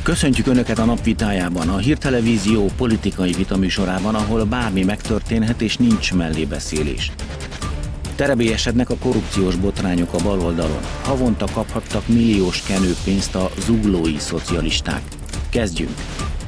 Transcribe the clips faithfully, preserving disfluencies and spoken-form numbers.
Köszöntjük Önöket a napvitájában, a Hírtelevízió politikai vitaműsorában, ahol bármi megtörténhet és nincs mellébeszélés. Terebélyesednek a korrupciós botrányok a baloldalon. Havonta kaphattak milliós kenőpénzt a zuglói szocialisták. Kezdjünk!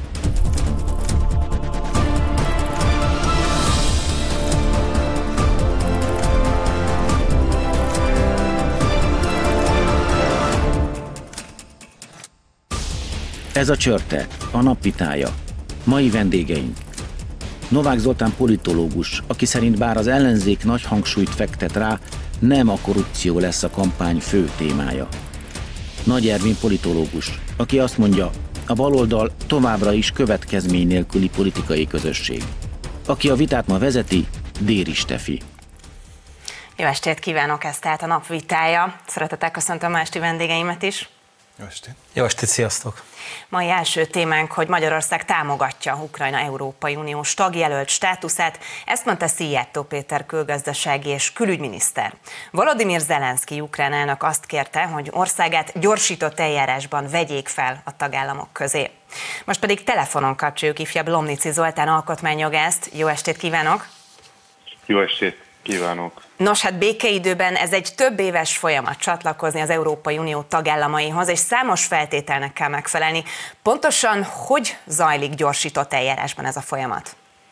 Ez a Csörte, a napvitája. Mai vendégeink. Novák Zoltán politológus, aki szerint bár az ellenzék nagy hangsúlyt fektet rá, nem a korrupció lesz a kampány fő témája. Nagy Ervin politológus, aki azt mondja, a baloldal továbbra is következmény nélküli politikai közösség. Aki a vitát ma vezeti, Déri Stefi. Jó estét kívánok, ez tehát a napvitája. Szeretettel köszöntöm a esti vendégeimet is. Jó estét. Jó estét, sziasztok! Mai első témánk, hogy Magyarország támogatja Ukrajna Európai Uniós tagjelölt státuszát, ezt mondta Szijjártó Péter külgazdasági és külügyminiszter. Volodymyr Zelenszky ukrán elnök azt kérte, hogy országát gyorsított eljárásban vegyék fel a tagállamok közé. Most pedig telefonon kapcsoljuk ifjabb Lomnici Zoltán alkotmányjogászt. Jó estét kívánok! Jó estét kívánok! Nos, hát békeidőben ez egy több éves folyamat csatlakozni az Európai Unió tagállamaihoz, és számos feltételnek kell megfelelni. Pontosan hogy zajlik gyorsított eljárásban ez a folyamat?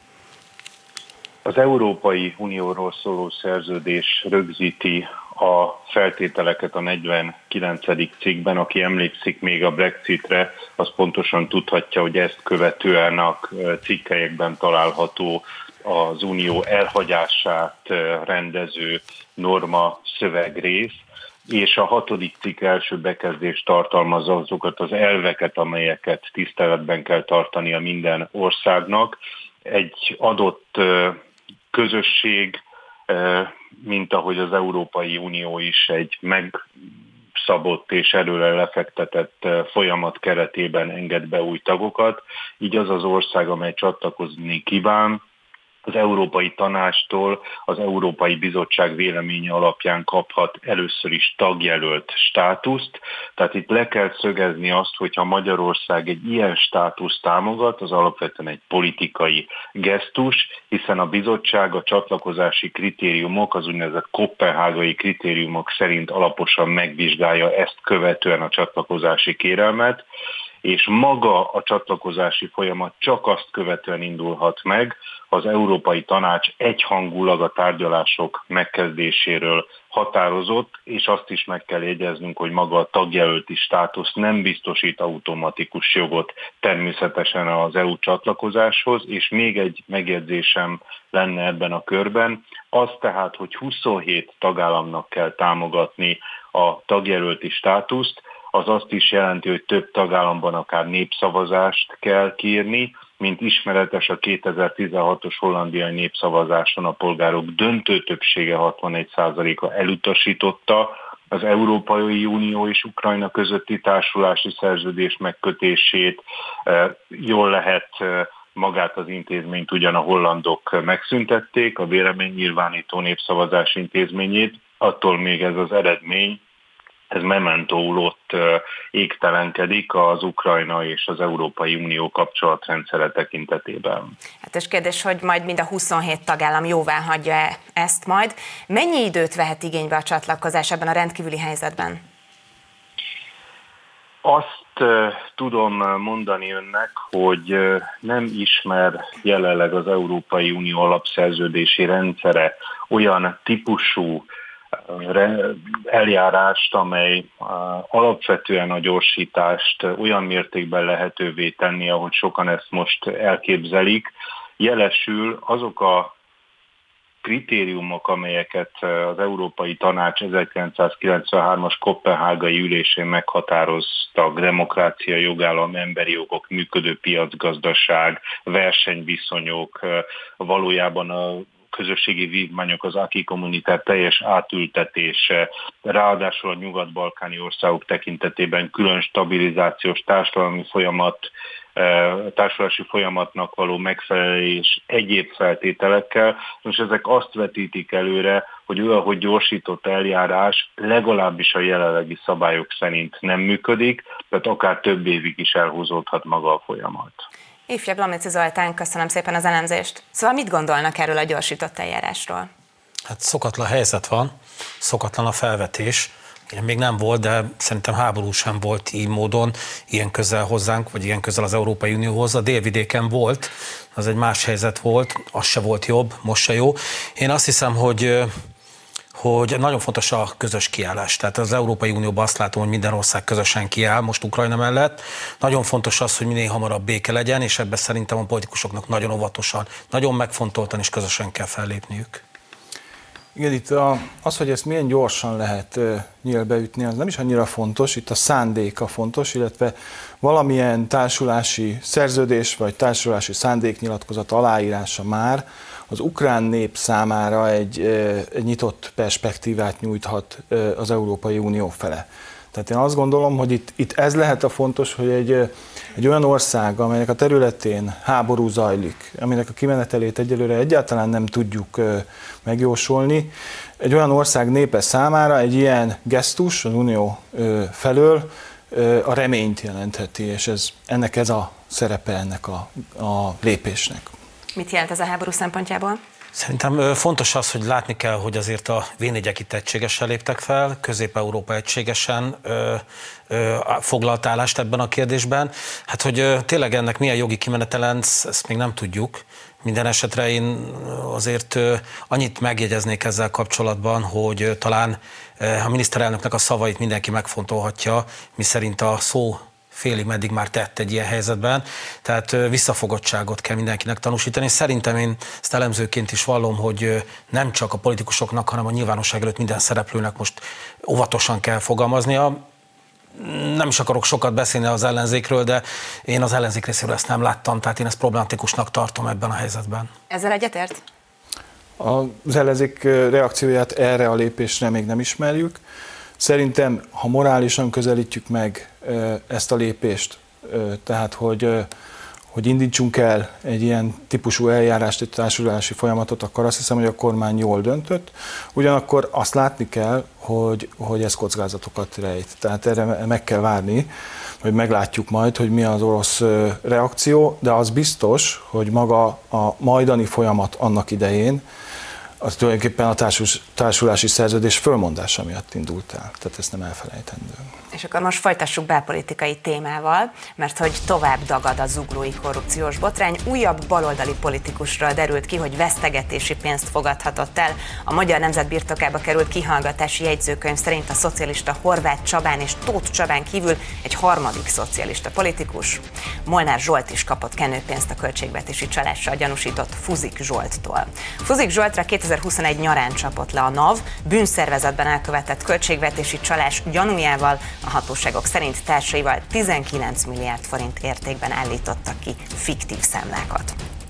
Az Európai Unióról szóló szerződés rögzíti a feltételeket a negyvenkilencedik cikkben. Aki emlékszik még a Brexitre, az pontosan tudhatja, hogy ezt követően a cikkelyekben található az unió elhagyását rendező norma szövegrész, és a hatodik cikk első bekezdés tartalmazza azokat az elveket, amelyeket tiszteletben kell tartania minden országnak. Egy adott közösség, mint ahogy az Európai Unió is egy megszabott és előre lefektetett folyamat keretében enged be új tagokat, így az az ország, amely csatlakozni kíván, az Európai Tanácstól az Európai Bizottság véleménye alapján kaphat először is tagjelölt státuszt. Tehát itt le kell szögezni azt, hogyha Magyarország egy ilyen státuszt támogat, az alapvetően egy politikai gesztus, hiszen a bizottság a csatlakozási kritériumok, az úgynevezett koppenhágai kritériumok szerint alaposan megvizsgálja ezt követően a csatlakozási kérelmet, és maga a csatlakozási folyamat csak azt követően indulhat meg, az Európai Tanács egyhangulag a tárgyalások megkezdéséről határozott, és azt is meg kell jegyeznünk, hogy maga a tagjelölti státusz nem biztosít automatikus jogot természetesen az é u csatlakozáshoz, és még egy megjegyzésem lenne ebben a körben, az tehát, hogy huszonhét tagállamnak kell támogatni a tagjelölti státuszt, az azt is jelenti, hogy több tagállamban akár népszavazást kell kiírni, mint ismeretes a kétezer-tizenhatos hollandiai népszavazáson a polgárok döntő többsége hatvanegy százaléka elutasította az Európai Unió és Ukrajna közötti társulási szerződés megkötését. Jól lehet, magát az intézményt ugyan a hollandok megszüntették, a véleménynyilvánító népszavazás intézményét, attól még ez az eredmény, ez mementóul ott égtelenkedik az Ukrajna és az Európai Unió kapcsolatrendszere tekintetében. Hát és kérdés, hogy majd mind a huszonhét tagállam jóvá hagyja ezt majd. Mennyi időt vehet igénybe a csatlakozás ebben a rendkívüli helyzetben? Azt tudom mondani önnek, hogy nem ismer jelenleg az Európai Unió alapszerződési rendszere olyan típusú eljárást, amely alapvetően a gyorsítást olyan mértékben lehetővé tenni, ahogy sokan ezt most elképzelik. Jelesül azok a kritériumok, amelyeket az Európai Tanács ezerkilencszázkilencvenhármas koppenhágai ülésén meghatároztak, demokrácia, jogállam, emberi jogok, működő piacgazdaság, versenyviszonyok, valójában a közösségi vívmányok, az acquis communautaire teljes átültetése, ráadásul a nyugat-balkáni országok tekintetében külön stabilizációs társadalmi folyamat társulási folyamatnak való megfelelés egyéb feltételekkel. Most ezek azt vetítik előre, hogy ő, ahogy gyorsított eljárás legalábbis a jelenlegi szabályok szerint nem működik, tehát akár több évig is elhúzódhat maga a folyamat. Ifjabb Lomnici Zoltán, köszönöm szépen az elemzést. Szóval mit gondolnak erről a gyorsított eljárásról? Hát szokatlan helyzet van, szokatlan a felvetés. Ilyen még nem volt, de szerintem háború sem volt így módon, ilyen közel hozzánk, vagy ilyen közel az Európai Unióhoz. A délvidéken volt, az egy más helyzet volt, az se volt jobb, most se jó. Én azt hiszem, hogy hogy nagyon fontos a közös kiállás. Tehát az Európai Unióban azt látom, hogy minden ország közösen kiáll most Ukrajna mellett. Nagyon fontos az, hogy minél hamarabb béke legyen, és ebben szerintem a politikusoknak nagyon óvatosan, nagyon megfontoltan és közösen kell fellépniük. Igen, itt a, az, hogy ezt milyen gyorsan lehet uh, nyílbeütni, az nem is annyira fontos, itt a szándéka fontos, illetve valamilyen társulási szerződés vagy társulási szándéknyilatkozat aláírása már az ukrán nép számára egy, uh, egy nyitott perspektívát nyújthat uh, az Európai Unió fele. Tehát én azt gondolom, hogy itt, itt ez lehet a fontos, hogy egy, egy olyan ország, amelynek a területén háború zajlik, aminek a kimenetelét egyelőre egyáltalán nem tudjuk megjósolni, egy olyan ország népe számára egy ilyen gesztus az Unió felől a reményt jelentheti, és ez, ennek ez a szerepe ennek a, a lépésnek. Mit jelent ez a háború szempontjából? Szerintem fontos az, hogy látni kell, hogy azért a vé négyek itt egységesen léptek fel, Közép-Európa egységesen ö, ö, foglalt állást ebben a kérdésben. Hát, hogy ö, tényleg ennek milyen jogi kimenetelen, ezt még nem tudjuk. Minden esetre én azért ö, annyit megjegyeznék ezzel kapcsolatban, hogy ö, talán ö, a miniszterelnöknek a szavait mindenki megfontolhatja, miszerint a szó félig meddig már tett egy ilyen helyzetben, tehát visszafogottságot kell mindenkinek tanúsítani. Szerintem én ezt elemzőként is vallom, hogy nem csak a politikusoknak, hanem a nyilvánosság előtt minden szereplőnek most óvatosan kell fogalmaznia. Nem is akarok sokat beszélni az ellenzékről, de én az ellenzék részéről ezt nem láttam, tehát én ezt problematikusnak tartom ebben a helyzetben. Ezzel egyetért? Az ellenzék reakcióját erre a lépésre még nem ismerjük. Szerintem, ha morálisan közelítjük meg ezt a lépést, tehát hogy, hogy indítsunk el egy ilyen típusú eljárást, egy társulási folyamatot, akkor azt hiszem, hogy a kormány jól döntött. Ugyanakkor azt látni kell, hogy, hogy ez kockázatokat rejt. Tehát erre meg kell várni, hogy meglátjuk majd, hogy mi az orosz reakció, de az biztos, hogy maga a majdani folyamat annak idején, az tulajdonképpen a társus, társulási szerződés fölmondása miatt indult el. Tehát ezt nem elfelejtendő. És akkor most folytassuk belpolitikai témával, mert hogy tovább dagad a zuglói korrupciós botrány, újabb baloldali politikusról derült ki, hogy vesztegetési pénzt fogadhatott el. A Magyar Nemzet birtokába került kihallgatási jegyzőkönyv szerint a szocialista Horváth Csabán és Tóth Csabán kívül egy harmadik szocialista politikus. Molnár Zsolt is kapott kenőpénzt a költségvetési csalással gyanúsított Fuzik Zsolttól. Fuzik Zsoltra kétezer-huszonegy nyarán csapott le a NAV, bűnszervezetben elkövetett költségvetési csalás gyanújával, a hatóságok szerint társaival tizenkilenc milliárd forint értékben állítottak ki fiktív számlákat.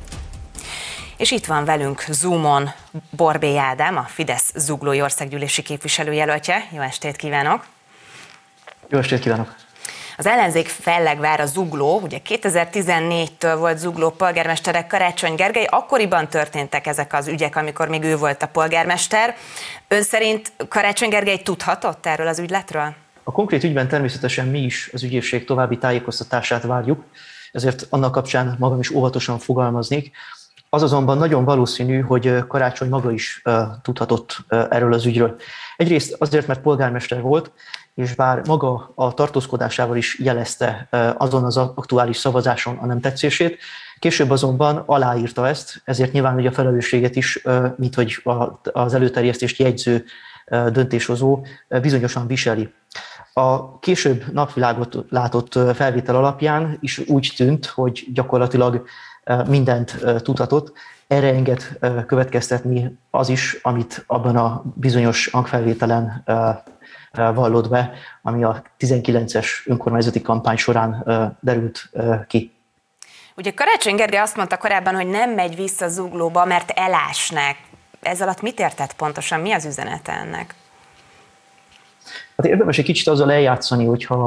És itt van velünk Zoomon Borbély Ádám, a Fidesz zuglói országgyűlési képviselőjelöltje. Jó estét kívánok! Jó estét kívánok! Az ellenzék Fellegvár a Zugló, ugye kétezer-tizennégytől volt Zugló polgármestere Karácsony Gergely, akkoriban történtek ezek az ügyek, amikor még ő volt a polgármester. Ön szerint Karácsony Gergely tudhatott erről az ügyletről? A konkrét ügyben természetesen mi is az ügyészség további tájékoztatását várjuk, ezért annak kapcsán magam is óvatosan fogalmaznék. Az azonban nagyon valószínű, hogy Karácsony maga is uh, tudhatott uh, erről az ügyről. Egyrészt azért, mert polgármester volt, és bár maga a tartózkodásával is jelezte uh, azon az aktuális szavazáson a nem tetszését, később azonban aláírta ezt, ezért nyilván hogy a felelősséget is, uh, mint hogy a, az előterjesztést jegyző uh, döntéshozó uh, bizonyosan viseli. A később napvilágot látott felvétel alapján is úgy tűnt, hogy gyakorlatilag mindent tudhatott. Erre enged következtetni az is, amit abban a bizonyos hangfelvételen vallott be, ami a tizenkilences önkormányzati kampány során derült ki. Ugye Karácsony Gergely azt mondta korábban, hogy nem megy vissza Zuglóba, mert elásnák. Ez alatt mit értett pontosan? Mi az üzenete ennek? Hát érdemes egy kicsit azzal eljátszani, hogyha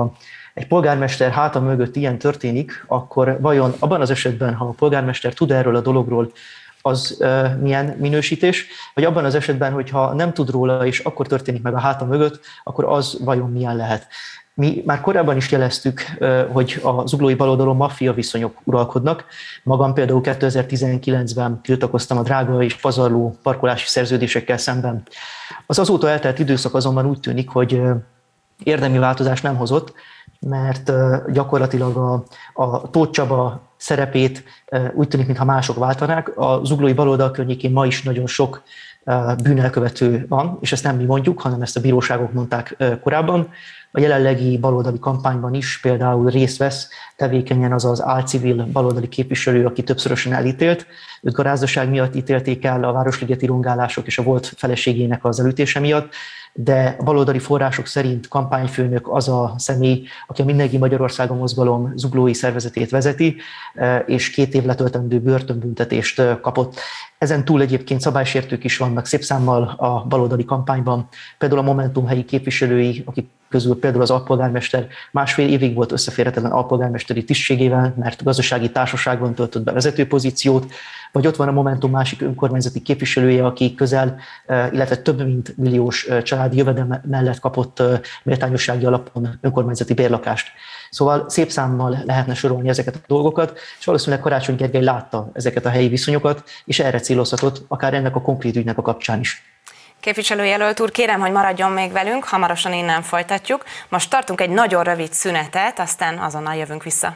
egy polgármester háta mögött ilyen történik, akkor vajon abban az esetben, ha a polgármester tud erről a dologról, az uh, milyen minősítés, vagy abban az esetben, hogyha nem tud róla, és akkor történik meg a háta mögött, akkor az vajon milyen lehet. Mi már korábban is jeleztük, hogy a zuglói baloldalon maffia viszonyok uralkodnak. Magam például kétezer-tizenkilencben tiltakoztam a drága és pazarló parkolási szerződésekkel szemben. Az azóta eltelt időszak azonban úgy tűnik, hogy érdemi változást nem hozott, mert gyakorlatilag a, a Tóth Csaba szerepét úgy tűnik, mintha mások váltanák. A zuglói baloldal környékén ma is nagyon sok bűnelkövető van, és ezt nem mi mondjuk, hanem ezt a bíróságok mondták korábban. A jelenlegi baloldali kampányban is például részt vesz tevékenyen az az álcivil baloldali képviselő, aki többszörösen elítélt. Őt garázdaság miatt ítélték el, a városligeti rongálások és a volt feleségének az elütése miatt, de a baloldali források szerint kampányfőnök az a személy, aki a Mindenki Magyarországon mozgalom zuglói szervezetét vezeti, és két év letöltendő börtönbüntetést kapott. Ezen túl egyébként szabálysértők is vannak szép számmal a baloldali kampányban, például a Momentum helyi képviselői, akik közül például az alpolgármester másfél évig volt összeférhetetlen alpolgármesteri tisztségével, mert gazdasági társaságban töltött be vezető pozíciót, vagy ott van a Momentum másik önkormányzati képviselője, aki közel, illetve több mint milliós családi jövedelem mellett kapott méltányossági alapon önkormányzati bérlakást. Szóval szép számmal lehetne sorolni ezeket a dolgokat, és valószínűleg Karácsony Gergely látta ezeket a helyi viszonyokat, és erre célozhatott, akár ennek a konkrét ügynek a kapcsán is. Képviselőjelölt úr, kérem, hogy maradjon még velünk, hamarosan innen folytatjuk. Most tartunk egy nagyon rövid szünetet, aztán azonnal jövünk vissza.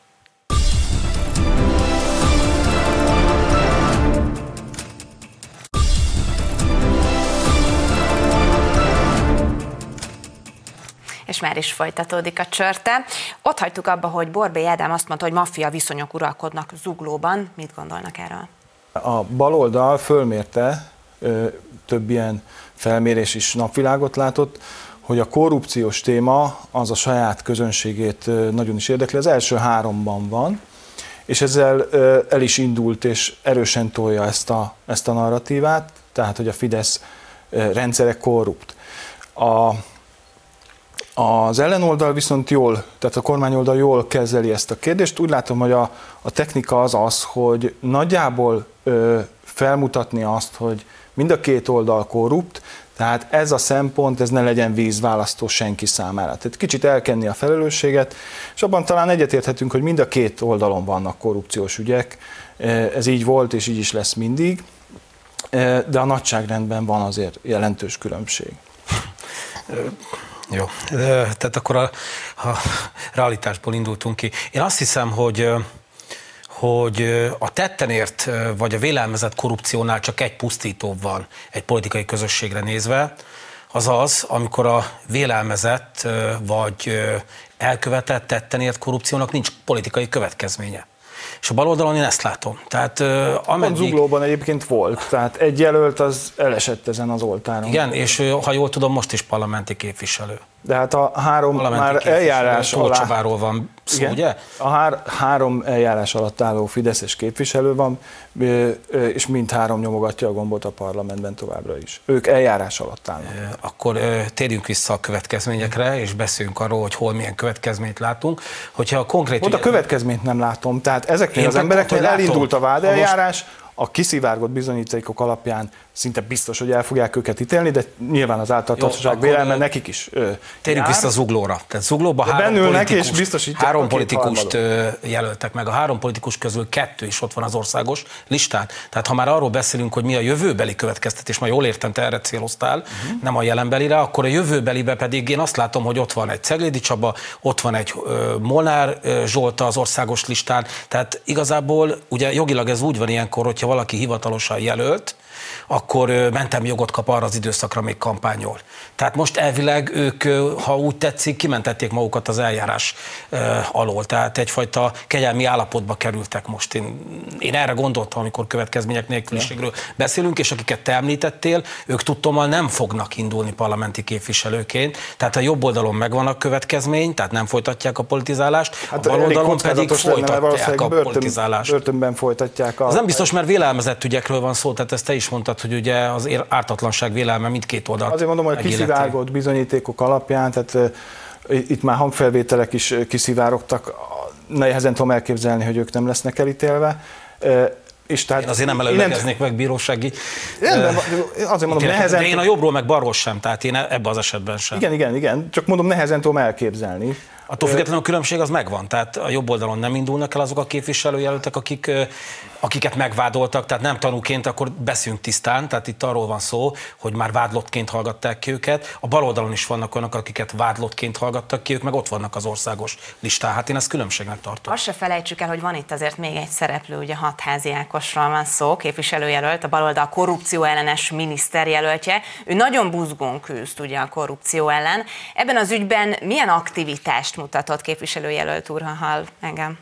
És már is folytatódik a csörte. Ott hagytuk abba, hogy Borbély Ádám azt mondta, hogy maffia viszonyok uralkodnak Zuglóban. Mit gondolnak erről? A baloldal fölmérte, több ilyen felmérés is napvilágot látott, hogy a korrupciós téma az a saját közönségét nagyon is érdekli. Az első háromban van, és ezzel el is indult, és erősen tolja ezt a, ezt a narratívát, tehát, hogy a Fidesz rendszere korrupt. A, az ellenoldal viszont jól, tehát a kormányoldal jól kezeli ezt a kérdést. Úgy látom, hogy a, a technika az az, hogy nagyjából ö, felmutatni azt, hogy mind a két oldal korrupt, tehát ez a szempont, ez ne legyen vízválasztó senki számára. Tehát kicsit elkenni a felelősséget, és abban talán egyetérthetünk, hogy mind a két oldalon vannak korrupciós ügyek. Ez így volt, és így is lesz mindig, de a nagyságrendben van azért jelentős különbség. Jó, tehát akkor a, a realitásból indultunk ki. Én azt hiszem, hogy hogy a tettenért vagy a vélelmezett korrupciónál csak egy pusztítóbb van egy politikai közösségre nézve, az az, amikor a vélelmezett vagy elkövetett tettenért korrupciónak nincs politikai következménye. És a baloldalon én ezt látom. Tehát, ameddig... Zuglóban egyébként volt, tehát egy jelölt az elesett ezen az oltáron. Igen, és ha jól tudom, most is parlamenti képviselő. De hát a három már eljárás alá... Csabáról van szó, igen, ugye? A hár, három eljárás alatt álló fideszes képviselő van, és mindhárom nyomogatja a gombot a parlamentben továbbra is. Ők eljárás alatt állnak. Akkor térjünk vissza a következményekre, és beszéljünk arról, hogy hol milyen következményt látunk. Hogyha a konkrét... Ott a következményt nem látom, tehát ezeknél az embereknél elindult a vádeljárás, a kiszivárgott bizonyítékok alapján szinte biztos, hogy el fogják őket ítélni, de nyilván az általánosság vélelme nekik is ö, térjünk jár. vissza Zuglóra. Tehát Zuglóban három politikust, három politikust jelöltek meg. A három politikus közül kettő is ott van az országos listán. Tehát ha már arról beszélünk, hogy mi a jövőbeli következtetés, ma jól értem, te erre céloztál, uh-huh. nem a jelenbelire, akkor a jövőbelibe pedig én azt látom, hogy ott van egy Ceglédi Csaba, ott van egy uh, Molnár uh, Zsolta az országos listán. Tehát igazából ugye jogilag ez úgy van ilyenkor, hogyha valaki hivatalosan jelölt, akkor mentem jogot kap arra az időszakra, még kampányol. Tehát most elvileg ők, ha úgy tetszik, kimentették magukat az eljárás alól. Tehát egyfajta kegyelmi állapotba kerültek most. Én, én erre gondoltam, amikor következmények nélküliségről beszélünk, és akiket te említettél, ők tudtommal nem fognak indulni parlamenti képviselőként. Tehát a jobb oldalon megvan a következmény, tehát nem folytatják a politizálást, hát a bal oldalon pedig folytatják a börtön, politizálást. Börtönben folytatják a... Ez nem biztos, mert vélelmezett ügyekről van szó, tehát ezt te is mondtad, hogy ugye az ártatlanság vélelme mindkét oldalt. Azért mondom, hogy kiszivárgott bizonyítékok alapján, tehát itt már hangfelvételek is kiszivárogtak, nehezen tudom elképzelni, hogy ők nem lesznek elítélve. És tehát én azért nem előlegeznék meg bírósági. Rendben, azért mondom, nehezen. De én a jobbról meg balról sem, tehát én ebben az esetben sem. Igen, igen, igen, csak mondom, nehezen tudom elképzelni. Attól függetlenül a különbség az megvan, tehát a jobb oldalon nem indulnak el azok a képviselőjelöltek, akik, akiket megvádoltak, tehát nem tanúként, akkor beszünk tisztán, tehát itt arról van szó, hogy már vádlottként hallgatták ki őket. A bal oldalon is vannak olyanok, akiket vádlottként hallgattak ki, ők meg ott vannak az országos listán. Hát én ezt különbségnek tartom. Azt se felejtsük el, hogy van itt azért még egy szereplő, ugye Hatházi Ákosról van szó, képviselőjelölt, a baloldal korrupció ellenes miniszterjelöltje. Ő nagyon buzgón küzd ugye a korrupció ellen. Ebben az ügyben milyen aktivitást mutatott képviselőjelölt úr, ha hall engem?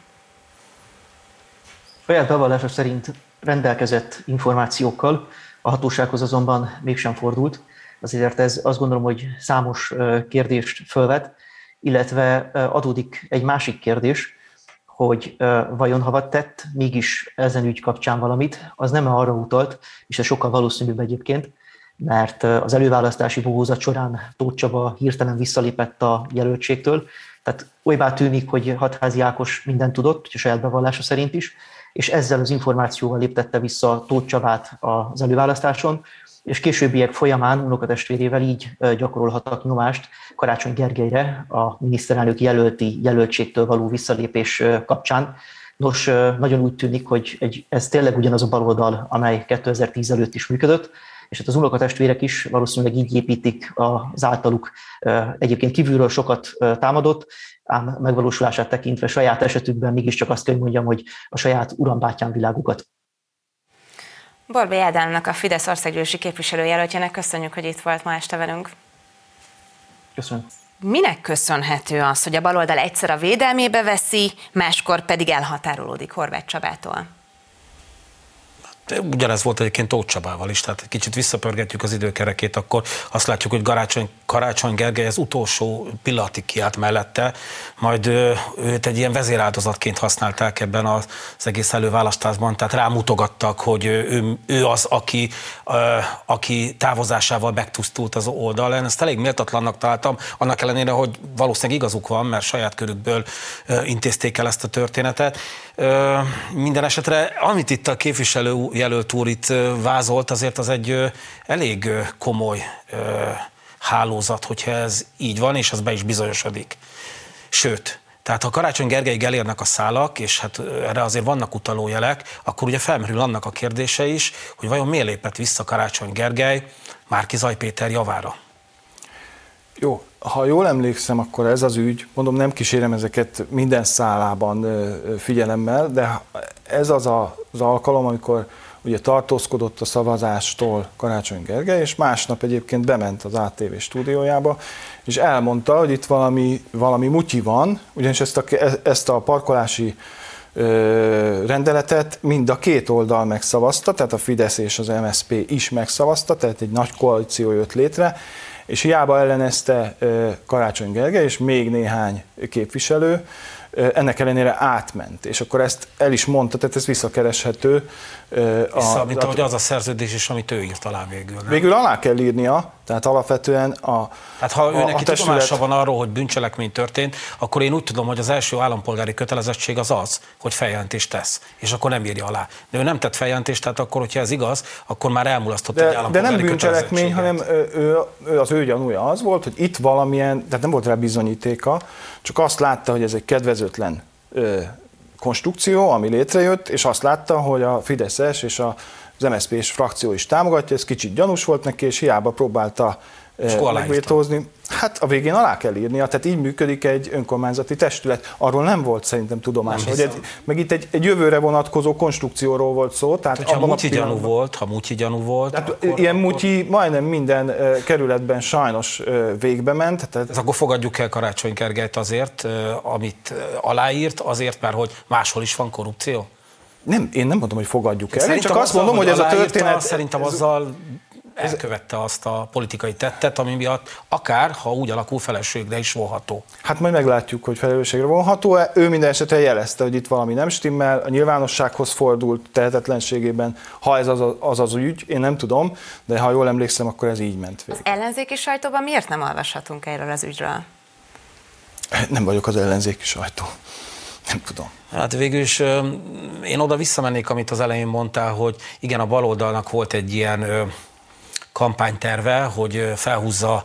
Saját bevallása szerint rendelkezett információkkal, a hatósághoz azonban mégsem fordult. Azért ez azt gondolom, hogy számos kérdést fölvet, illetve adódik egy másik kérdés, hogy vajon ha tett mégis ezen ügy kapcsán valamit, az nem arra utalt, és ez sokkal valószínűbb egyébként, mert az előválasztási bohózat során Tóth Csaba hirtelen visszalépett a jelöltségtől, tehát olybá tűnik, hogy Hatházi Ákos mindent tudott, a saját bevallása szerint is, és ezzel az információval léptette vissza Tóth Csabát az előválasztáson, és későbbiek folyamán unokatestvérével így gyakorolhattak nyomást Karácsony Gergelyre a miniszterelnök jelölti jelöltségtől való visszalépés kapcsán. Nos, nagyon úgy tűnik, hogy egy, ez tényleg ugyanaz a baloldal, amely kétezer-tíz előtt is működött, és hát az unokatestvérek is valószínűleg így építik az általuk egyébként kívülről sokat támadott, ám megvalósulását tekintve saját esetükben mégiscsak azt kell, hogy mondjam, hogy a saját urambátyám világukat. Borbély Ádámnak, a Fidesz országgyűlési képviselőjelöltjének köszönjük, hogy itt volt ma este velünk. Köszönöm. Minek köszönhető az, hogy a baloldal egyszer a védelmébe veszi, máskor pedig elhatárolódik Horváth Csabától? Ugyanez volt egyébként Tóth Csabával is, tehát egy kicsit visszapörgetjük az időkerekét, akkor azt látjuk, hogy Karácsony, Karácsony Gergely az utolsó pillanatig kiállt mellette, majd ő, őt egy ilyen vezéráldozatként használták ebben az egész előválasztásban, tehát rámutogattak, hogy ő, ő az, aki, aki távozásával megtusztult az oldal. Én ezt elég méltatlannak találtam, annak ellenére, hogy valószínűleg igazuk van, mert saját körükből intézték el ezt a történetet. Minden esetre, amit itt a képviselő jelölt úr itt vázolt, azért az egy elég komoly hálózat, hogyha ez így van, és az be is bizonyosodik. Sőt, tehát ha Karácsony Gergelyig elérnek a szálak, és hát erre azért vannak utalójelek, akkor ugye felmerül annak a kérdése is, hogy vajon miért lépett vissza Karácsony Gergely Márki-Zay Péter javára. Jó, ha jól emlékszem, akkor ez az ügy, mondom, nem kísérem ezeket minden szálában figyelemmel, de ez az a, az alkalom, amikor ugye tartózkodott a szavazástól Karácsony Gergely, és másnap egyébként bement az á té vé stúdiójába, és elmondta, hogy itt valami, valami mutyi van, ugyanis ezt a, ezt a parkolási ö, rendeletet mind a két oldal megszavazta, tehát a Fidesz és az em es zé pé is megszavazta, tehát egy nagy koalíció jött létre, és hiába ellenezte Karácsony Gergely és még néhány képviselő, ennek ellenére átment, és akkor ezt el is mondta, tehát ez visszakereshető. Vissza, mint ahogy az a szerződés is, amit ő írt alá végül. Nem? Végül alá kell írnia, tehát alapvetően a Hát ha ő neki testület... tudomása van arról, hogy bűncselekmény történt, akkor én úgy tudom, hogy az első állampolgári kötelezettség az az, hogy feljelentést tesz, és akkor nem írja alá. De ő nem tett feljelentést, tehát akkor, hogyha ez igaz, akkor már elmulasztott de, egy állampolgári De nem bűncselekmény, hanem ő, ő, az ő gyanúja az volt, hogy itt valamilyen, tehát nem volt rá bizonyítéka, csak azt látta, hogy ez egy kedvezőtlen ö, konstrukció, ami létrejött, és azt látta, hogy a Fideszes és az em es zé pés frakció is támogatja, ez kicsit gyanús volt neki, és hiába próbálta megvétózni. Hát a végén alá kell írnia, tehát így működik egy önkormányzati testület. Arról nem volt szerintem tudomása, hogy egy, meg itt egy, egy jövőre vonatkozó konstrukcióról volt szó. Tehát hát, ha mutyi gyanú volt, ha mutyi gyanú volt. Tehát akkor, ilyen akkor... mutyi majdnem minden uh, kerületben sajnos uh, végbe ment. Tehát... Ez akkor fogadjuk el Karácsony Gergelyt azért, uh, amit uh, aláírt, azért, mert hogy máshol is van korrupció? Nem, én nem mondom, hogy fogadjuk el. Szerintem Én csak azt mondom, hogy ez a történet... Szerintem azzal elkövette azt a politikai tettet, ami miatt akár, ha úgy alakul, felelősségre is vonható. Hát majd meglátjuk, hogy felelősségre vonható-e. Ő minden esetre jelezte, hogy itt valami nem stimmel, a nyilvánossághoz fordult tehetetlenségében, ha ez az az, az ügy, én nem tudom, de ha jól emlékszem, akkor ez így ment végig. Az ellenzéki sajtóban miért nem olvashatunk erről az ügyről? Nem vagyok az ellenzéki sajtó. Nem tudom. Hát végül is én oda visszamennék, amit az elején mondtál, hogy igen, a baloldalnak volt egy ilyen kampányterve, hogy felhúzza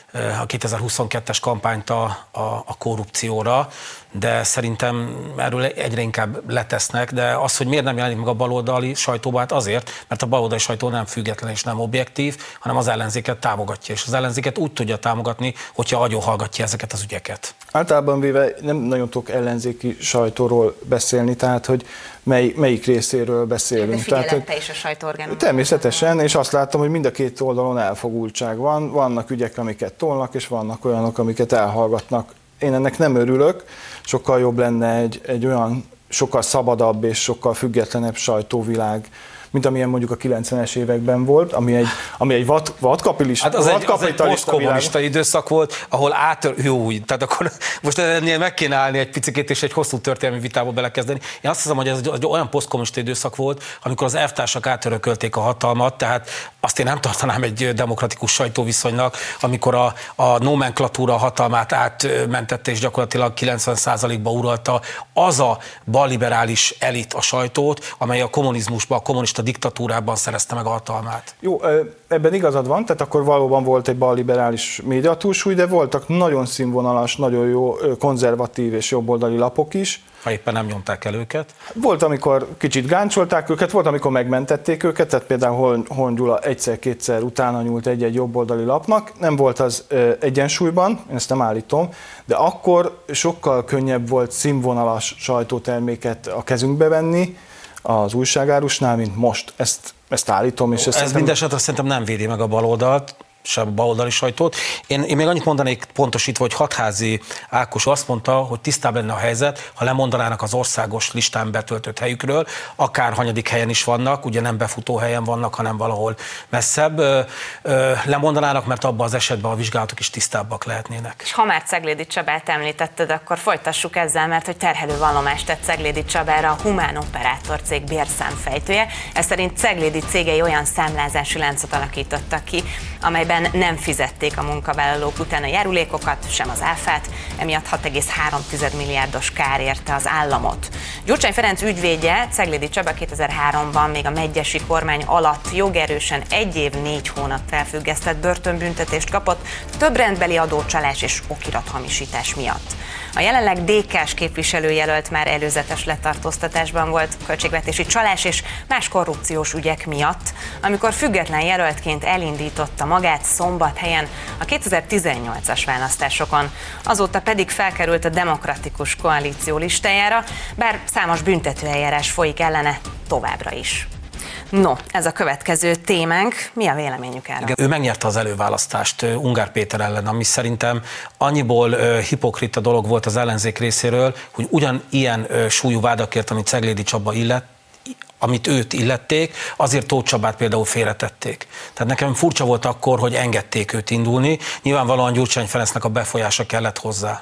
a kétezer-huszonkettes kampányt a, a, a korrupcióra, de szerintem erről egyre inkább letesznek, de az, hogy miért nem jelenik meg a baloldali sajtóban, hát azért, mert a baloldali sajtó nem független és nem objektív, hanem az ellenzéket támogatja, és az ellenzéket úgy tudja támogatni, hogyha agyonhallgatja ezeket az ügyeket. Általában véve nem nagyon tudok ellenzéki sajtóról beszélni, tehát hogy mely, melyik részéről beszélünk. De figyelette tehát, is a sajtóorgánum. Természetesen, és azt láttam, hogy mind a két oldalon elfogultság van. Vannak ügyek, amiket tolnak, és vannak olyanok, amiket elhallgatnak. Én ennek nem örülök, sokkal jobb lenne egy, egy olyan sokkal szabadabb és sokkal függetlenebb sajtóvilág, mint amilyen mondjuk a kilencvenes években volt, ami egy, ami egy vad, vadkapitalista, hát az vadkapitalista egy, az egy posztkommunista időszak volt, ahol átör... Jó, tehát akkor most ennél meg kéne állni egy picikét és egy hosszú történelmi vitába belekezdeni. Én azt hiszem, hogy ez egy olyan posztkommunista időszak volt, amikor az elvtársak átörökölték a hatalmat, tehát azt én nem tartanám egy demokratikus sajtóviszonynak, amikor a, a nomenklatúra hatalmát átmentette és gyakorlatilag kilencven százalékba uralta az a balliberális elit a sajtót, amely a kommunizmusban, a kommunista diktatúrában szerezte meg a hatalmát. Jó, ebben igazad van, tehát akkor valóban volt egy balliberális médiatúlsúly, de voltak nagyon színvonalas, nagyon jó konzervatív és jobboldali lapok is. Ha éppen nem nyomták el őket. Volt, amikor kicsit gáncsolták őket, volt, amikor megmentették őket, tehát például Horn Gyula egyszer-kétszer utána nyúlt egy-egy jobboldali lapnak, nem volt az ö, egyensúlyban, én ezt nem állítom, de akkor sokkal könnyebb volt színvonalas sajtóterméket a kezünkbe venni az újságárusnál, mint most. Ezt, ezt állítom. És ezt Ez szerintem... mindesetre szerintem nem védi meg a baloldalt, sem a baloldali sajtót. Én, én még annyit mondanék pontosítva, hogy Hatházi Ákos azt mondta, hogy tisztább lenne a helyzet, ha lemondanának az országos listán betöltött helyükről, akár hanyadik helyen is vannak, ugye nem befutó helyen vannak, hanem valahol messzebb, ö, ö, lemondanának, mert abban az esetben a vizsgálatok is tisztábbak lehetnének. És ha már Ceglédi Csabát említetted, akkor folytassuk ezzel, mert hogy terhelő vallomást tett Ceglédi Csabára a Humán Operátor cég bérszámfejtője. Ez szerint Ceglédi cégei olyan számlázási láncot alakítottak ki, amelyben nem fizették a munkavállalók után a járulékokat, sem az áfát, emiatt hat egész három milliárdos kár érte az államot. Gyurcsány Ferenc ügyvédje, Ceglédi Csaba kétezer-háromban még a megyesi kormány alatt jogerősen egy év négy hónap felfüggesztett börtönbüntetést kapott több rendbeli adócsalás és okirathamisítás miatt. A jelenleg dé ká-s képviselőjelölt már előzetes letartóztatásban volt költségvetési csalás és más korrupciós ügyek miatt, amikor független jelöltként elindította magát Szombathelyen a kétezer-tizennyolcas választásokon. Azóta pedig felkerült a Demokratikus Koalíció listájára, bár számos büntetőeljárás folyik ellene továbbra is. No, ez a következő témánk. Mi a véleményük erről? Ő megnyerte az előválasztást Ungár Péter ellen, ami szerintem annyiból uh, hipokrita dolog volt az ellenzék részéről, hogy ugyanilyen uh, súlyú vádakért, amit Ceglédi Csaba illet, amit őt illették, azért Tóth Csabát például félretették. Tehát nekem furcsa volt akkor, hogy engedték őt indulni. Nyilvánvalóan Gyurcsány Ferencnek a befolyása kellett hozzá.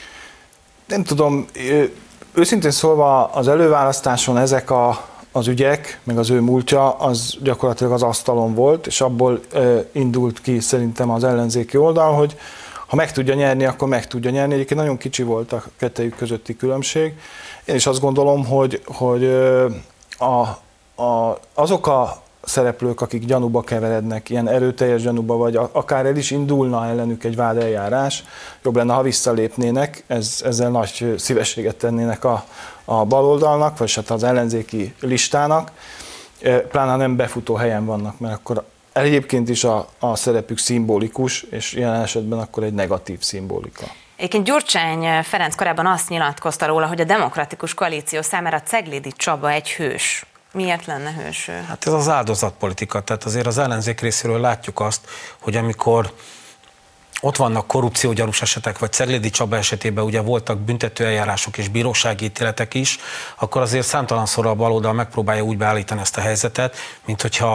Nem tudom, őszintén szólva az előválasztáson ezek a az ügyek, meg az ő múltja, az gyakorlatilag az asztalon volt, és abból ö, indult ki szerintem az ellenzéki oldal, hogy ha meg tudja nyerni, akkor meg tudja nyerni. Egyébként nagyon kicsi volt a kettejük közötti különbség. Én is azt gondolom, hogy, hogy ö, a, a, azok a szereplők, akik gyanúba keverednek, ilyen erőteljes gyanúba, vagy akár el is indulna ellenük egy vádeljárás, jobb lenne, ha visszalépnének, ez, ezzel nagy szívességet tennének a, a baloldalnak, vagy hát az ellenzéki listának, pláne nem befutó helyen vannak, mert akkor egyébként is a, a szerepük szimbolikus, és ilyen esetben akkor egy negatív szimbolika. Egyébként Gyurcsány Ferenc korábban azt nyilatkozta róla, hogy a Demokratikus Koalíció számára Ceglédi Csaba egy hős. Miért lenne hős? Hát ez az áldozatpolitika, tehát azért az ellenzék részéről látjuk azt, hogy amikor ott vannak korrupciógyanús esetek, vagy Ceglédi Csaba esetében ugye voltak büntetőeljárások és bírósági ítéletek is, akkor azért számtalanszor a baloldal megpróbálja úgy beállítani ezt a helyzetet, mint hogyha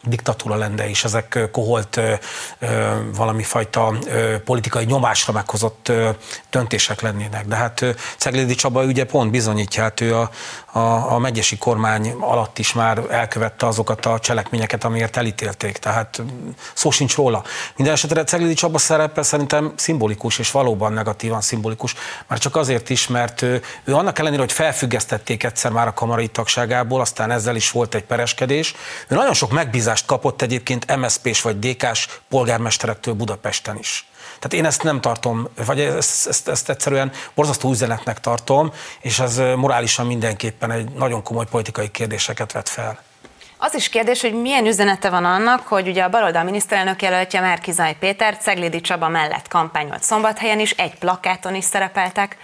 diktatúra lenne, és ezek koholt ö, ö, valami fajta ö, politikai nyomásra meghozott ö, döntések lennének. De hát ö, Ceglédi Csaba ügye pont bizonyítja, hát ő a, a, a megyesi kormány alatt is már elkövette azokat a cselekményeket, amiért elítélték. Tehát szó sincs róla. Minden esetre Ceglédi Csaba szerepe szerintem szimbolikus, és valóban negatívan szimbolikus. Már csak azért is, mert ő, ő annak ellenére, hogy felfüggesztették egyszer már a kamarai tagságából, aztán ezzel is volt egy pereskedés. Ő nagyon sok megbízást kapott egyébként em es zé pés vagy dé ká-s polgármesterektől Budapesten is. Tehát én ezt nem tartom, vagy ezt, ezt, ezt egyszerűen borzasztó üzenetnek tartom, és ez morálisan mindenképpen egy nagyon komoly politikai kérdéseket vet fel. Az is kérdés, hogy milyen üzenete van annak, hogy ugye a baloldal miniszterelnök jelöltje Márki-Zay Péter Ceglédi Csaba mellett kampányolt Szombathelyen is, egy plakáton is szerepeltek.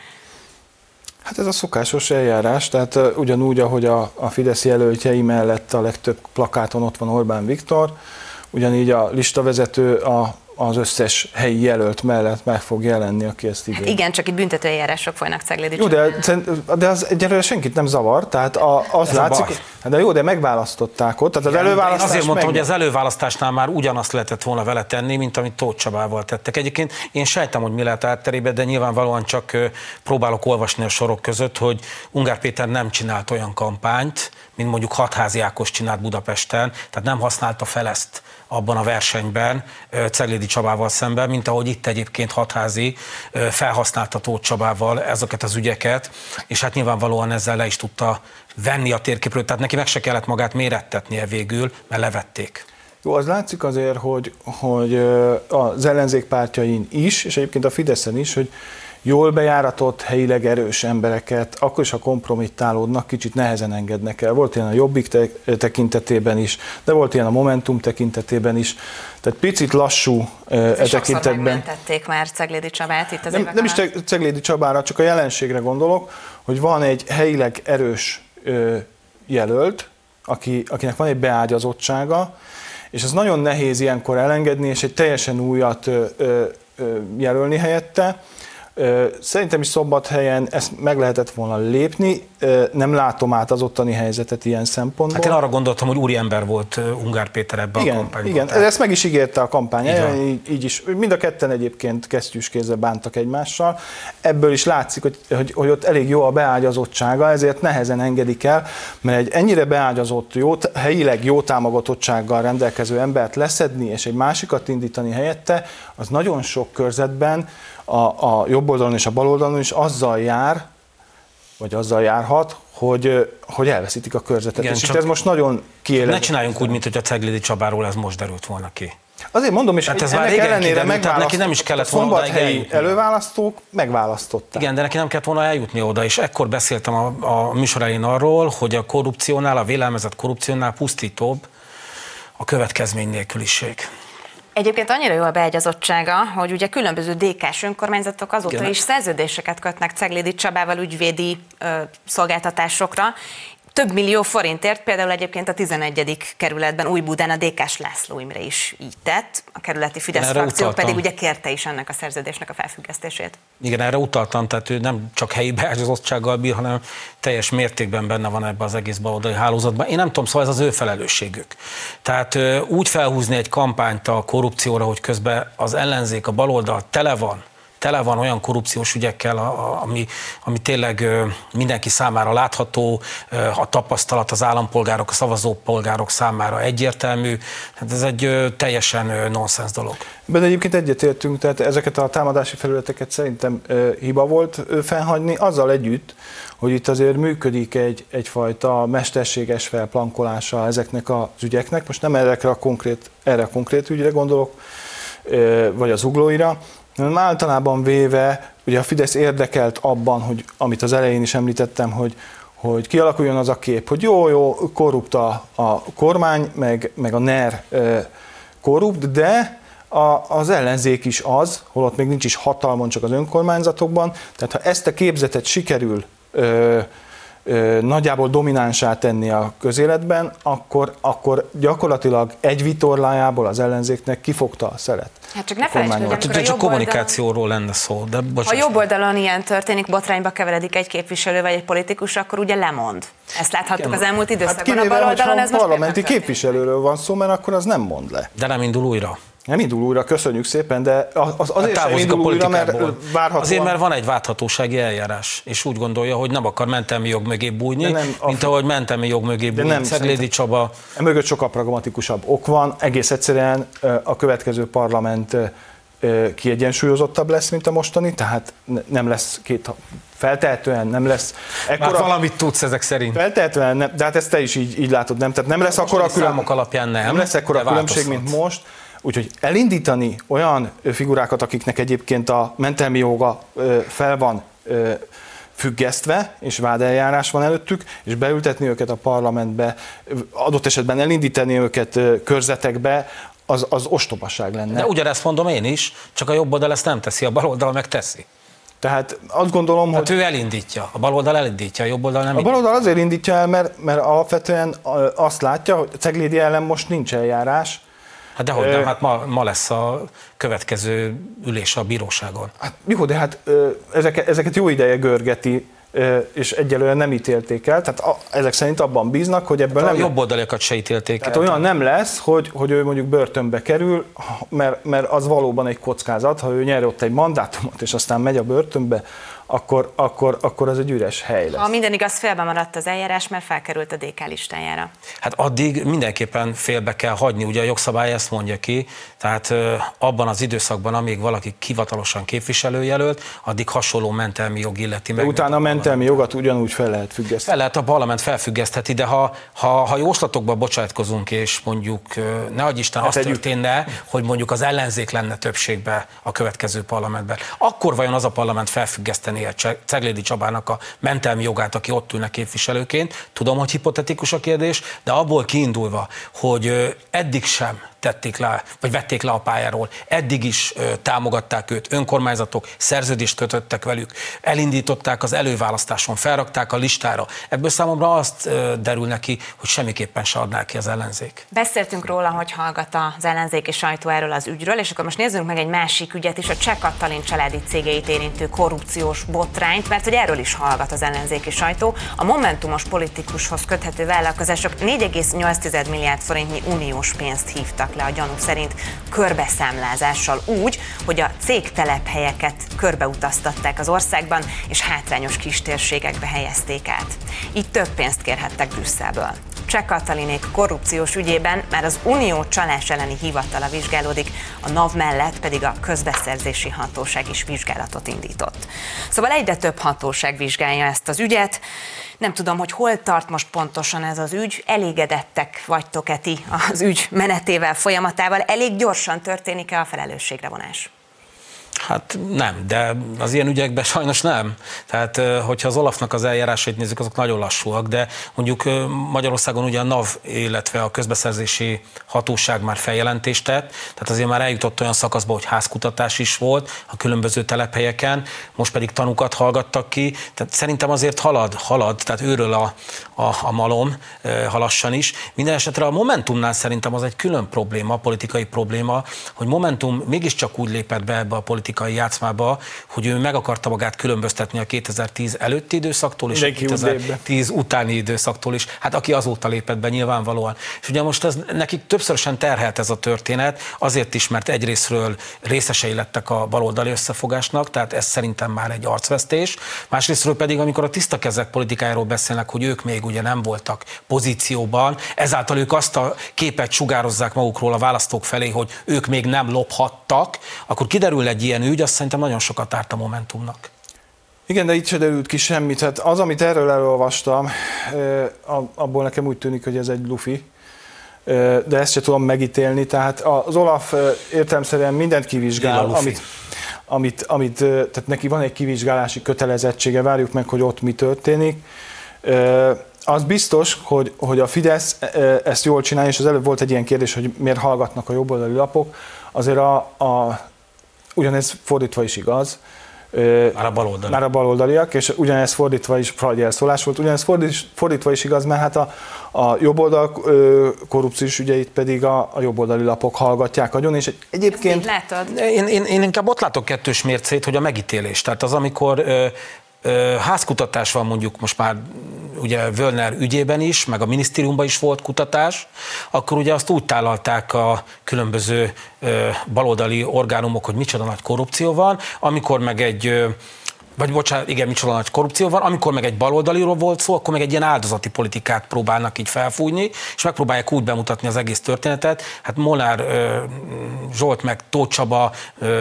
Hát ez a szokásos eljárás, tehát uh, ugyanúgy, ahogy a, a Fidesz jelöltjei mellett a legtöbb plakáton ott van Orbán Viktor, ugyanígy a listavezető a az összes helyi jelölt mellett meg fog jelenni, aki ezt ígér. Hát igen, csak itt büntetőeljárások folynak Ceglédi Jó, de, de az egyelőre senkit nem zavar, tehát a, az látszik, de jó, de megválasztották ott, tehát az előválasztás. Azért mondtam, meg... hogy az előválasztásnál már ugyanazt lehetett volna vele tenni, mint amit Tóth Csabával tettek. Egyébként én sejtem, hogy mi lehet átterébe, de nyilvánvalóan csak próbálok olvasni a sorok között, hogy Ungár Péter nem csinált olyan kampányt, mint mondjuk Hatházi Ákos csinált Budapesten, tehát nem használta fel ezt abban a versenyben Ceglédi Csabával szemben, mint ahogy itt egyébként Hatházi felhasználta Tóth Csabával ezeket az ügyeket, és hát nyilvánvalóan ezzel le is tudta venni a térképről, tehát neki meg se kellett magát mérettetnie végül, mert levették. Jó, az látszik azért, hogy, hogy az ellenzék pártjain is, és egyébként a Fideszen is, hogy jól bejáratott, helyileg erős embereket, akkor is, ha kompromittálódnak, kicsit nehezen engednek el. Volt ilyen a Jobbik tekintetében is, de volt ilyen a Momentum tekintetében is. Tehát picit lassú e tekintetben. Sokszor megmentették már Ceglédi Csabát itt az Nem, nem is Ceglédi Csabára, csak a jelenségre gondolok, hogy van egy helyileg erős ö, jelölt, aki, akinek van egy beágyazottsága, és ez nagyon nehéz ilyenkor elengedni, és egy teljesen újat ö, ö, jelölni helyette. Szerintem is Szombathelyen ezt meg lehetett volna lépni, nem látom át az ottani helyzetet ilyen szempontból. Hát én arra gondoltam, hogy úriember volt Ungár Péter ebben igen, a kampányban. Igen, tehát... ezt meg is ígérte a kampány, így, így is. Mind a ketten egyébként kesztyűskézzel bántak egymással. Ebből is látszik, hogy, hogy, hogy ott elég jó a beágyazottsága, ezért nehezen engedik el, mert egy ennyire beágyazott, jó, helyileg jó támogatottsággal rendelkező embert leszedni, és egy másikat indítani helyette, az nagyon sok körzetben a, a jobb oldalon és a bal oldalon is azzal jár, vagy azzal járhat, hogy, hogy elveszítik a körzetet. Igen, és itt ez most nagyon kiélezett. Ne csináljunk úgy, mint hogy a Ceglédi Csabáról ez most derült volna ki. Azért mondom, és hát ez ennek ellenére neki nem is kellett volna szombathelyi előválasztók megválasztották. Igen, de neki nem kellett volna eljutni oda, és ekkor beszéltem a, a műsor elején arról, hogy a korrupciónál, a vélelmezett korrupciónál pusztítóbb a következmény nélküliség. Egyébként annyira jó a beágyazottsága, hogy ugye különböző dé ká-s önkormányzatok azóta igen. is szerződéseket kötnek Ceglédi Csabával ügyvédi ö, szolgáltatásokra. Több millió forintért, például egyébként a tizenegyedik kerületben Újbudán a dé ká-s László Imre is így tett, a kerületi Fidesz erre frakció utaltam. pedig ugye kérte is ennek a szerződésnek a felfüggesztését. Igen, erre utaltam, tehát ő nem csak helyi beágyazottsággal bír, hanem teljes mértékben benne van ebben az egész baloldali hálózatban. Én nem tudom, szóval ez az ő felelősségük. Tehát úgy felhúzni egy kampányt a korrupcióra, hogy közben az ellenzék, a baloldal tele van, tele van olyan korrupciós ügyekkel, ami, ami tényleg mindenki számára látható, a tapasztalat az állampolgárok, a szavazópolgárok számára egyértelmű. Hát ez egy teljesen nonsens dolog. De egyébként egyetértünk, tehát ezeket a támadási felületeket szerintem hiba volt fennhagyni, azzal együtt, hogy itt azért működik egy, egyfajta mesterséges felplankolása ezeknek az ügyeknek. Most nem erre a konkrét, erre a konkrét ügyre gondolok, vagy az uglóira, hanem általában véve, ugye a Fidesz érdekelt abban, hogy amit az elején is említettem, hogy, hogy kialakuljon az a kép, hogy jó, jó, korrupt a, a kormány, meg, meg a NER korrupt, de a, az ellenzék is az, holott még nincs is hatalmon, csak az önkormányzatokban, tehát ha ezt a képzetet sikerül ö, nagyjából dominánsá tenni a közéletben, akkor, akkor gyakorlatilag egy vitorlájából az ellenzéknek kifogta a szelet. Hát csak ne felejtsd, hogy hát, amikor a csak jobb kommunikációról oldalon, lenne szó. De ha jobb oldalon ilyen történik, botrányba keveredik egy képviselő vagy egy politikus, akkor ugye lemond. Ezt láthattuk igen. az elmúlt időszakban. Hát kivéve, a bal oldalon ez most parlamenti képviselőről van szó, mert akkor az nem mond le. De nem indul újra. Nem indul újra, köszönjük szépen, de az, azért hát sem indul újra, mert várhatóan... Azért, mert van egy válthatósági eljárás, és úgy gondolja, hogy nem akar mentelmi jog mögé bújni, nem, mint ahogy mentelmi jog mögé bújni Ceglédi Csaba. Mögött sokkal pragmatikusabb ok van, egész egyszerűen a következő parlament kiegyensúlyozottabb lesz, mint a mostani, tehát nem lesz két, feltehetően nem lesz ekkora... Már valamit tudsz ezek szerint. Feltehetően, nem, de hát ezt te is így, így látod, nem? Tehát nem lesz akkora külön... számok alapján nem. Nem lesz ekkora különbség, mint most. Úgyhogy elindítani olyan figurákat, akiknek egyébként a mentelmi joga fel van függesztve, és vádeljárás van előttük, és beültetni őket a parlamentbe, adott esetben elindítani őket körzetekbe, az, az ostobaság lenne. De ugyanezt mondom én is, csak a jobb oldal ezt nem teszi, a bal oldal meg teszi. Tehát azt gondolom, hát hogy... ő elindítja, a bal oldal elindítja, a jobb oldal nem A bal oldal azért indítja el, mert, mert alapvetően azt látja, hogy Ceglédi ellen most nincs eljárás. Hát dehogy nem, hát ma, ma lesz a következő ülés a bíróságon. Hát jó, de hát ezeket, ezeket jó ideje görgeti, és egyelőre nem ítélték el, tehát a, ezek szerint abban bíznak, hogy ebből hát nem... A jobb oldaliakat se ítélték tehát el. olyan nem lesz, hogy, hogy ő mondjuk börtönbe kerül, mert, mert az valóban egy kockázat, ha ő nyer ott egy mandátumot, és aztán megy a börtönbe, akkor, akkor, akkor az egy üres hely lesz. Ha minden igaz, félbe maradt az eljárás, mert felkerült a dé ká listájára. Hát addig mindenképpen félbe kell hagyni, ugye a jogszabály ezt mondja ki, tehát abban az időszakban, amíg valaki hivatalosan képviselőjelölt, addig hasonló mentelmi jog illeti meg. De utána a mentelmi jogat ugyanúgy fel lehet függeszteni. Fel lehet, a parlament felfüggesztheti, de ha, ha, ha jóslatokba bocsátkozunk, és mondjuk, ne adj Isten, hát az együtt történne, hogy mondjuk az ellenzék lenne többségbe a következő parlamentben, akkor vajon az a parlament felfüggeszteni a Ceglédi Csabának a mentelmi jogát, aki ott ülne képviselőként? Tudom, hogy hipotetikus a kérdés, de abból kiindulva, hogy eddig sem tették le, vagy vették le a pályáról, eddig is ö, támogatták őt, önkormányzatok, szerződést kötöttek velük, elindították az előválasztáson, felrakták a listára. Ebből számomra azt ö, derül neki, hogy semmiképpen se adná ki az ellenzék. Beszéltünk róla, hogy hallgat az ellenzéki sajtó erről az ügyről, és akkor most nézzünk meg egy másik ügyet is, a Cseh Katalin családi cégeit érintő korrupciós botrányt, mert hogy erről is hallgat az ellenzéki sajtó. A momentumos politikushoz köthető vállalkozások négy egész nyolc milliárd forintnyi uniós pénzt hívtak le a gyanú szerint körbeszámlázással úgy, hogy a cég telephelyeket körbeutaztatták az országban, és hátrányos kistérségekbe helyezték át. Így több pénzt kérhettek Brüsszelből. Cseh Katalinék korrupciós ügyében már az Unió csalás elleni hivatala vizsgálódik, a NAV mellett pedig a közbeszerzési hatóság is vizsgálatot indított. Szóval egyre több hatóság vizsgálja ezt az ügyet. Nem tudom, hogy hol tart most pontosan ez az ügy, elégedettek vagytok-e ti az ügy menetével, folyamatával, elég gyorsan történik-e a felelősségre vonás? Hát nem, de az ilyen ügyekben sajnos nem. Tehát, hogyha az Olafnak az eljárásait nézzük, azok nagyon lassúak, de mondjuk Magyarországon ugye a NAV, illetve a közbeszerzési hatóság már feljelentést tett, tehát azért már eljutott olyan szakaszba, hogy házkutatás is volt a különböző telephelyeken, most pedig tanúkat hallgattak ki, tehát szerintem azért halad, halad, tehát őről a, a, a malom, halassan is. Minden esetre a Momentumnál szerintem az egy külön probléma, politikai probléma, hogy Momentum mégiscsak úgy lépett be ebbe a politikai játszmába, hogy ő meg akarta magát különböztetni a kétezer-tíz előtti időszaktól és Mindenki a kétezer-tíz utáni időszaktól is. Hát aki azóta lépett be nyilvánvalóan. És ugye most ez, nekik többszörösen terhelt ez a történet, azért is, mert egyrészről részesei lettek a baloldali összefogásnak, tehát ez szerintem már egy arcvesztés. Másrésztről pedig, amikor a tiszta kezek politikájáról beszélnek, hogy ők még ugye nem voltak pozícióban, ezáltal ők azt a képet sugározzák magukról a választók felé, hogy ők még nem lophattak, akkor kiderül egy ilyen ügy, azt szerintem nagyon sokat árt a Momentumnak. Igen, de itt se derült ki semmit. Hát az, amit erről elolvastam, abból nekem úgy tűnik, hogy ez egy lufi, de ezt se tudom megítélni. Tehát az Olaf értelemszerűen mindent kivizsgál, amit, amit, amit, tehát neki van egy kivizsgálási kötelezettsége, várjuk meg, hogy ott mi történik. Az biztos, hogy, hogy a Fidesz ezt jól csinálja, és az előbb volt egy ilyen kérdés, hogy miért hallgatnak a jobboldali lapok. Azért a, a ugyanez fordítva is igaz. Már a baloldali. Már a baloldaliak, és ugyanez fordítva is, fragy elszólás volt, ugyanez fordítva is igaz, mert hát a, a jobboldal korrupciós ügyeit pedig a, a jobboldali lapok hallgatják agyon, és egyébként... Látod? Én, én, én inkább ott látok kettős mércét, hogy a megítélés. Tehát az, amikor ö, ö, házkutatás van mondjuk most már ugye Wöllner ügyében is, meg a minisztériumban is volt kutatás, akkor ugye azt úgy tálalták a különböző ö, baloldali orgánumok, hogy micsoda nagy korrupció van, amikor meg egy... Ö, vagy bocsánat, igen, micsoda nagy korrupció van, amikor meg egy baloldaliról volt szó, akkor meg egy ilyen áldozati politikát próbálnak így felfújni, és megpróbálják úgy bemutatni az egész történetet. Hát Molnár Zsolt, meg Tóth Csaba,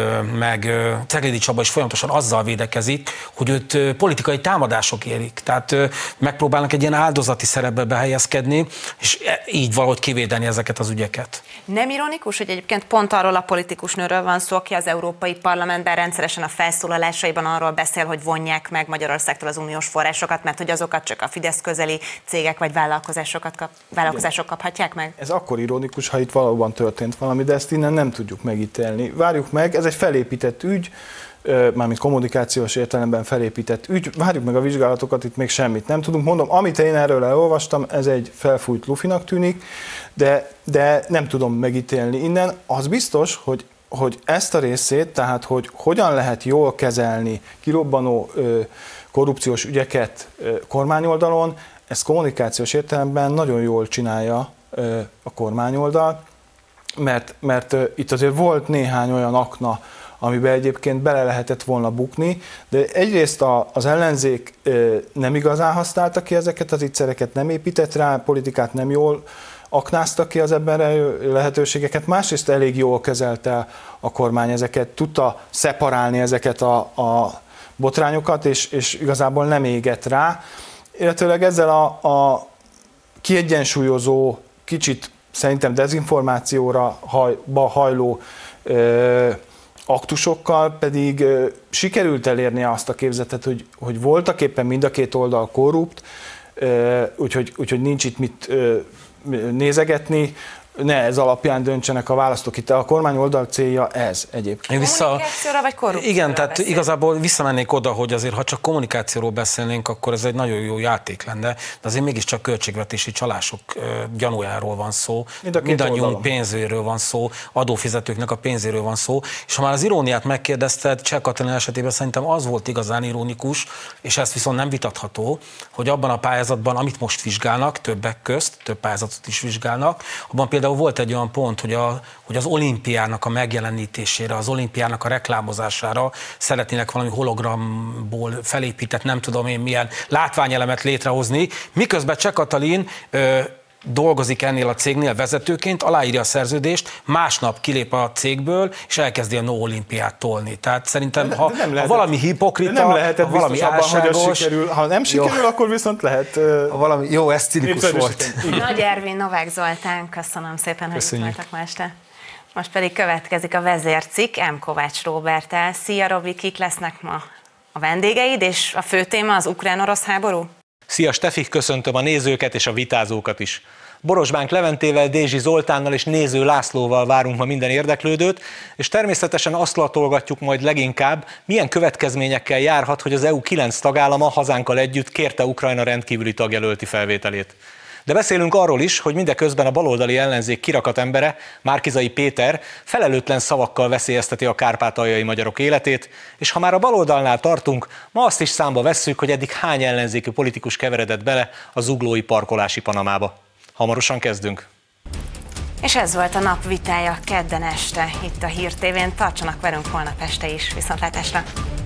meg Ceglédi Csaba is folyamatosan azzal védekezik, hogy őt politikai támadások érik. Tehát megpróbálnak egy ilyen áldozati szerepbe behelyezkedni, és így valahogy kivédeni ezeket az ügyeket. Nem ironikus, hogy egyébként pont arról a politikus nőről van szó, aki az Európai Parlamentben rendszeresen a felszólalásaiban arról beszél, hogy vonják meg Magyarországtól az uniós forrásokat, mert hogy azokat csak a Fidesz közeli cégek vagy vállalkozásokat kap, vállalkozások kaphatják meg? Ez akkor ironikus, ha itt valóban történt valami, de ezt innen nem tudjuk megítélni. Várjuk meg, ez egy felépített ügy, mármint kommunikációs értelemben felépített ügy, várjuk meg a vizsgálatokat, itt még semmit nem tudunk. Mondom, amit én erről elolvastam, ez egy felfújt lufinak tűnik, de, de nem tudom megítélni innen. Az biztos, hogy hogy ezt a részét, tehát hogy hogyan lehet jól kezelni kirobbanó ö, korrupciós ügyeket ö, kormányoldalon, ezt kommunikációs értelemben nagyon jól csinálja ö, a kormányoldal, mert, mert ö, itt azért volt néhány olyan akna, amiben egyébként bele lehetett volna bukni, de egyrészt a, az ellenzék ö, nem igazán használta ki ezeket az ígyszereket, nem épített rá, politikát nem jól aknázta ki az ebben lehetőségeket, másrészt elég jól kezelte a kormány ezeket, tudta szeparálni ezeket a, a botrányokat, és, és igazából nem égett rá, illetőleg ezzel a, a kiegyensúlyozó, kicsit szerintem dezinformációra hajba hajló ö, aktusokkal pedig ö, sikerült elérni azt a képzetet, hogy, hogy voltak éppen mind a két oldal korrupt, ö, úgyhogy, úgyhogy nincs itt mit ö, nézegetni, ne ez alapján döntsenek a választók. Itt a kormány oldal célja ez egyébként. Vissza... Kommunikációra vagy korrupcióra Igen, tehát beszél? Igazából visszamennék oda, hogy azért ha csak kommunikációról beszélnénk, akkor ez egy nagyon jó játék lenne, de azért mégiscsak költségvetési csalások gyanújáról van szó, Mind mindannyiunk pénzéről van szó, adófizetőknek a pénzéről van szó, és ha már az iróniát megkérdezted, Cseh Katalin esetében szerintem az volt igazán ironikus, és ez viszont nem vitatható, hogy abban a pályázatban, amit most vizsgálnak, többek közt, több pályázatot is vizsgálnak, abban például volt egy olyan pont, hogy, a, hogy az olimpiának a megjelenítésére, az olimpiának a reklámozására szeretnének valami hologramból felépített, nem tudom én milyen látványelemet létrehozni, miközben Cseh Katalin ö, dolgozik ennél a cégnél vezetőként, aláírja a szerződést, másnap kilép a cégből, és elkezdi a No Olimpiát tolni. Tehát szerintem, de, ha, de lehetett, ha valami hipokrita, nem lehetett ha valami álságos, hogy sikerül, ha nem sikerül, jó. Akkor viszont lehet... Uh, valami, jó, ez cinikus volt. Nagy Ervin, Novák Zoltán, köszönöm szépen, hogy itt voltak ma este. Most pedig következik a vezércikk M. Kovács Róberttel. Szia Robi, kik lesznek ma a vendégeid, és a fő téma az ukrán-orosz háború? Szia Stefi, köszöntöm a nézőket és a vitázókat is. Borosbánk Leventével, Dézsi Zoltánnal és Néző Lászlóval várunk ma minden érdeklődőt, és természetesen azt latolgatjuk majd leginkább, milyen következményekkel járhat, hogy az é u kilenc tagállama hazánkkal együtt kérte Ukrajna rendkívüli tagjelölti felvételét. De beszélünk arról is, hogy mindeközben a baloldali ellenzék kirakat embere, Márki-Zay Péter felelőtlen szavakkal veszélyezteti a kárpátaljai magyarok életét, és ha már a baloldalnál tartunk, ma azt is számba vesszük, hogy eddig hány ellenzéki politikus keveredett bele a zuglói parkolási panamába. Hamarosan kezdünk. És ez volt a nap vitája kedden este itt a Hír té vén. Tartsanak velünk holnap este is. Viszontlátásra!